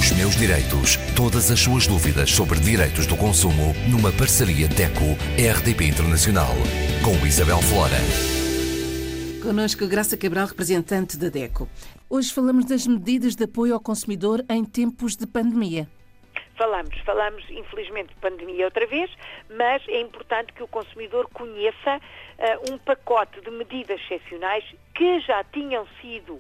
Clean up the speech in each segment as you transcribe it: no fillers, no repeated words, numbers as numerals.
Os meus direitos. Todas as suas dúvidas sobre direitos do consumo numa parceria DECO-RDP Internacional. Com Isabel Flora. Connosco Graça Cabral, representante da DECO. Hoje falamos das medidas de apoio ao consumidor em tempos de pandemia. Falamos infelizmente de pandemia outra vez, mas é importante que o consumidor conheça um pacote de medidas excepcionais que já tinham sido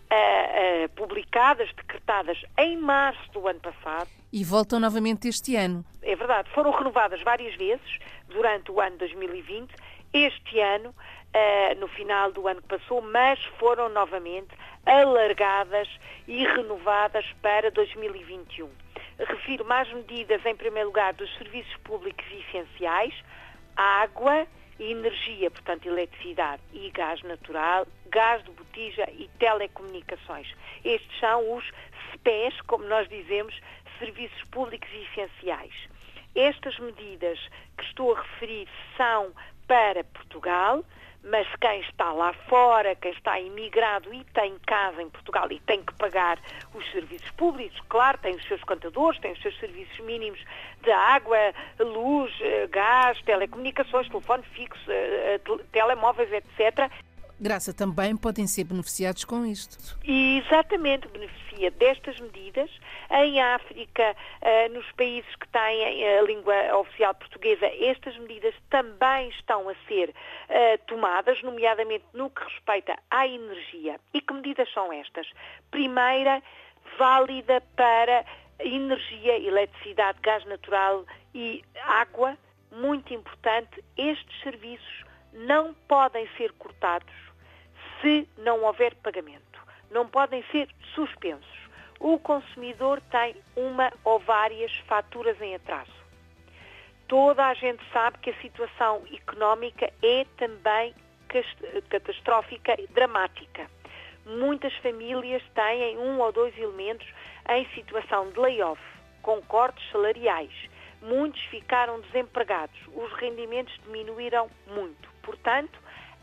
publicadas, decretadas em março do ano passado. E voltam novamente este ano. É verdade, foram renovadas várias vezes durante o ano 2020, este ano, no final do ano que passou, mas foram novamente alargadas e renovadas para 2021. Refiro mais medidas, em primeiro lugar, dos serviços públicos essenciais, água e energia, portanto, eletricidade e gás natural, gás de botija e telecomunicações. Estes são os SPEs, como nós dizemos, serviços públicos essenciais. Estas medidas que estou a referir são para Portugal, mas quem está lá fora, quem está imigrado e tem casa em Portugal e tem que pagar os serviços públicos, claro, tem os seus contadores, tem os seus serviços mínimos de água, luz, gás, telecomunicações, telefone fixo, telemóveis, etc. Graça, também podem ser beneficiados com isto. E exatamente, beneficia destas medidas. Em África, nos países que têm a língua oficial portuguesa, estas medidas também estão a ser tomadas, nomeadamente no que respeita à energia. E que medidas são estas? Primeira, válida para energia, eletricidade, gás natural e água. Muito importante, estes serviços não podem ser cortados se não houver pagamento. Não podem ser suspensos. O consumidor tem uma ou várias faturas em atraso. Toda a gente sabe que a situação económica é também catastrófica e dramática. Muitas famílias têm um ou dois elementos em situação de layoff, com cortes salariais. Muitos ficaram desempregados. Os rendimentos diminuíram muito. Portanto,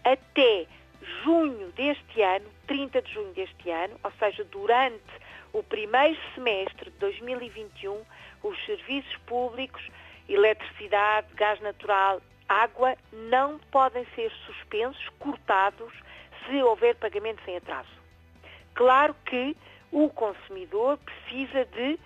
até junho deste ano, 30 de junho deste ano, ou seja, durante o primeiro semestre de 2021, os serviços públicos, eletricidade, gás natural, água, não podem ser suspensos, cortados, se houver pagamentos em atraso. Claro que o consumidor precisa de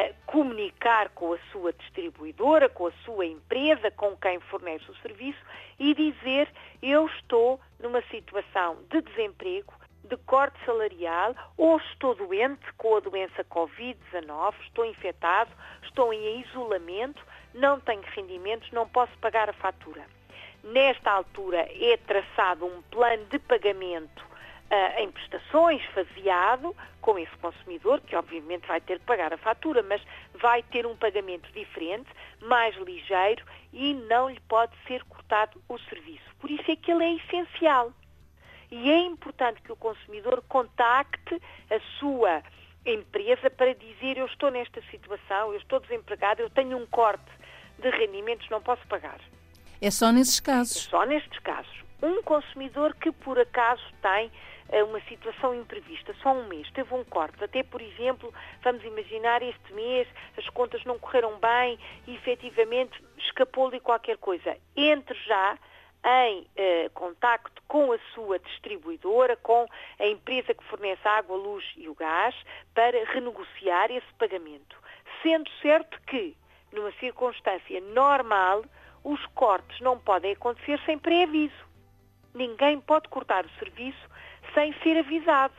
comunicar com a sua distribuidora, com a sua empresa, com quem fornece o serviço e dizer: eu estou numa situação de desemprego, de corte salarial, ou estou doente com a doença Covid-19, estou infectado, estou em isolamento, não tenho rendimentos, não posso pagar a fatura. Nesta altura é traçado um plano de pagamento em prestações faseado com esse consumidor, que obviamente vai ter que pagar a fatura, mas vai ter um pagamento diferente, mais ligeiro, e não lhe pode ser cortado o serviço. Por isso é que ele é essencial. E é importante que o consumidor contacte a sua empresa para dizer: eu estou nesta situação, eu estou desempregado, eu tenho um corte de rendimentos, não posso pagar. É só nesses casos? É só nestes casos. Um consumidor que por acaso tem uma situação imprevista, só um mês, teve um corte, até por exemplo, vamos imaginar este mês, as contas não correram bem e efetivamente escapou-lhe qualquer coisa. Entre já em contacto com a sua distribuidora, com a empresa que fornece a água, a luz e o gás, para renegociar esse pagamento. Sendo certo que, numa circunstância normal, os cortes não podem acontecer sem pré-aviso. Ninguém pode cortar o serviço sem ser avisado.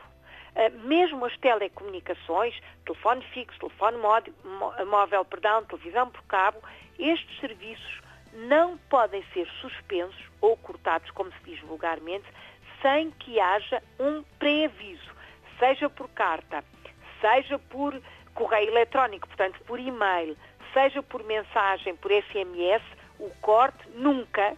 Mesmo as telecomunicações, telefone fixo, telefone móvel, televisão por cabo, estes serviços não podem ser suspensos ou cortados, como se diz vulgarmente, sem que haja um pré-aviso, seja por carta, seja por correio eletrónico, portanto por e-mail, seja por mensagem, por SMS. O corte nunca,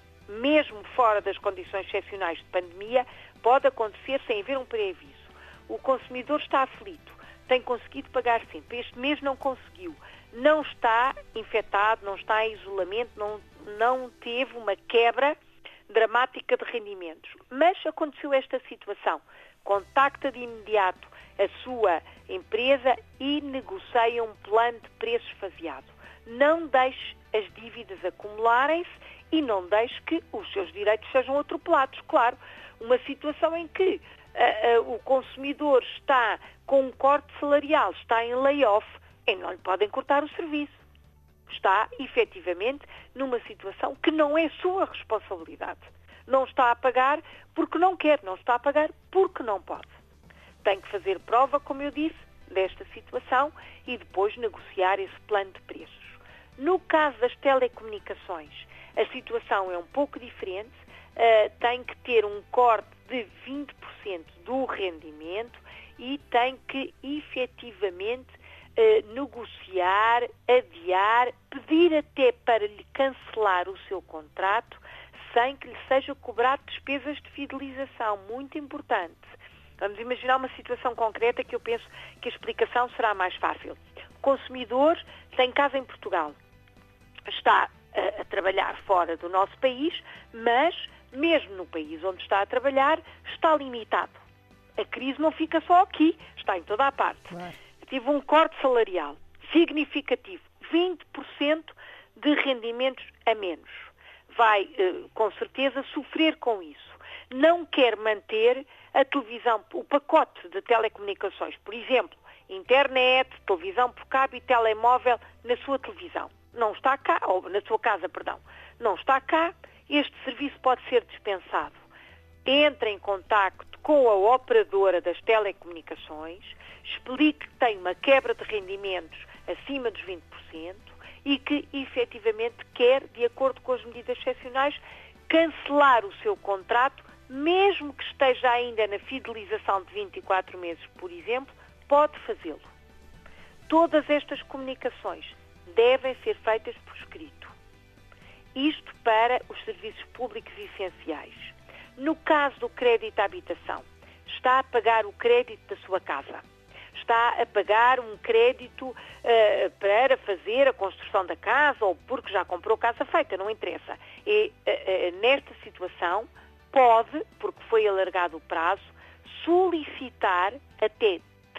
mesmo fora das condições excepcionais de pandemia, pode acontecer sem haver um pré-aviso. O consumidor está aflito, tem conseguido pagar sempre. Este mês não conseguiu. Não está infectado, não está em isolamento, não teve uma quebra dramática de rendimentos. Mas aconteceu esta situação. contacta de imediato a sua empresa e negocia um plano de preços faseado. Não deixe as dívidas acumularem-se e não deixe que os seus direitos sejam atropelados. Claro, uma situação em que o consumidor está com um corte salarial, está em layoff, e não lhe podem cortar o serviço. Está, efetivamente, numa situação que não é sua responsabilidade. Não está a pagar porque não quer, não está a pagar porque não pode. Tem que fazer prova, como eu disse, desta situação e depois negociar esse plano de preços. No caso das telecomunicações, a situação é um pouco diferente. Tem que ter um corte de 20% do rendimento e tem que, efetivamente, negociar, adiar, pedir até para lhe cancelar o seu contrato sem que lhe seja cobrado despesas de fidelização. Muito importante. Vamos imaginar uma situação concreta que eu penso que a explicação será mais fácil. O consumidor tem casa em Portugal. Está a trabalhar fora do nosso país, mas mesmo no país onde está a trabalhar, está limitado. A crise não fica só aqui, está em toda a parte. Claro. Tive um corte salarial significativo, 20% de rendimentos a menos. Vai, com certeza, sofrer com isso. Não quer manter a televisão, o pacote de telecomunicações, por exemplo, internet, televisão por cabo e telemóvel na sua televisão. Não está cá, ou na sua casa, perdão. Não está cá, este serviço pode ser dispensado. Entre em contacto com a operadora das telecomunicações, explique que tem uma quebra de rendimentos acima dos 20% e que, efetivamente, quer, de acordo com as medidas excepcionais, cancelar o seu contrato, mesmo que esteja ainda na fidelização de 24 meses, por exemplo, pode fazê-lo. Todas estas comunicações devem ser feitas por escrito. Isto para os serviços públicos essenciais. No caso do crédito à habitação, está a pagar o crédito da sua casa. Está a pagar um crédito para fazer a construção da casa ou porque já comprou casa feita, não interessa. E nesta situação pode, porque foi alargado o prazo, solicitar até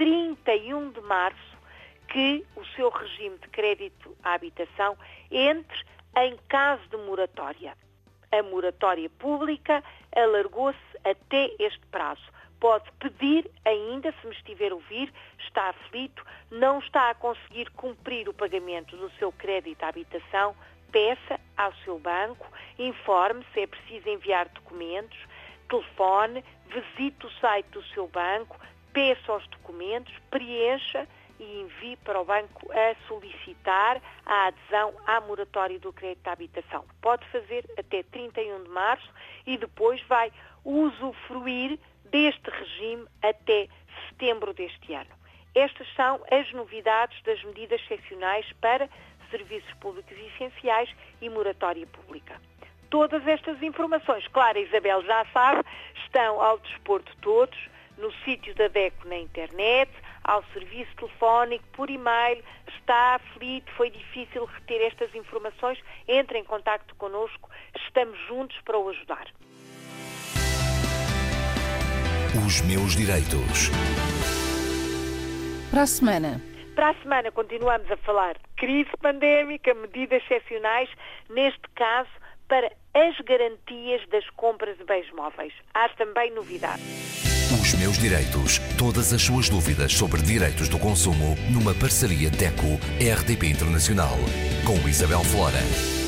31 de março que o seu regime de crédito à habitação entre em caso de moratória. A moratória pública alargou-se até este prazo. Pode pedir ainda, se me estiver a ouvir, está aflito, não está a conseguir cumprir o pagamento do seu crédito à habitação, peça ao seu banco, informe se é preciso enviar documentos, telefone, visite o site do seu banco, peça os documentos, preencha e envie para o banco a solicitar a adesão à moratória do crédito à habitação. Pode fazer até 31 de março e depois vai usufruir deste regime até setembro deste ano. Estas são as novidades das medidas excepcionais para serviços públicos essenciais e moratória pública. Todas estas informações, claro, a Isabel já sabe, estão ao dispor de todos, no sítio da DECO na internet, ao serviço telefónico, por e-mail. Está aflito, foi difícil reter estas informações, entre em contacto connosco, estamos juntos para o ajudar. Os meus direitos. Para a semana. Para a semana continuamos a falar de crise pandémica, medidas excepcionais, neste caso para as garantias das compras de bens móveis. Há também novidades. Os meus direitos. Todas as suas dúvidas sobre direitos do consumo numa parceria DECO-RDP Internacional com Isabel Flora.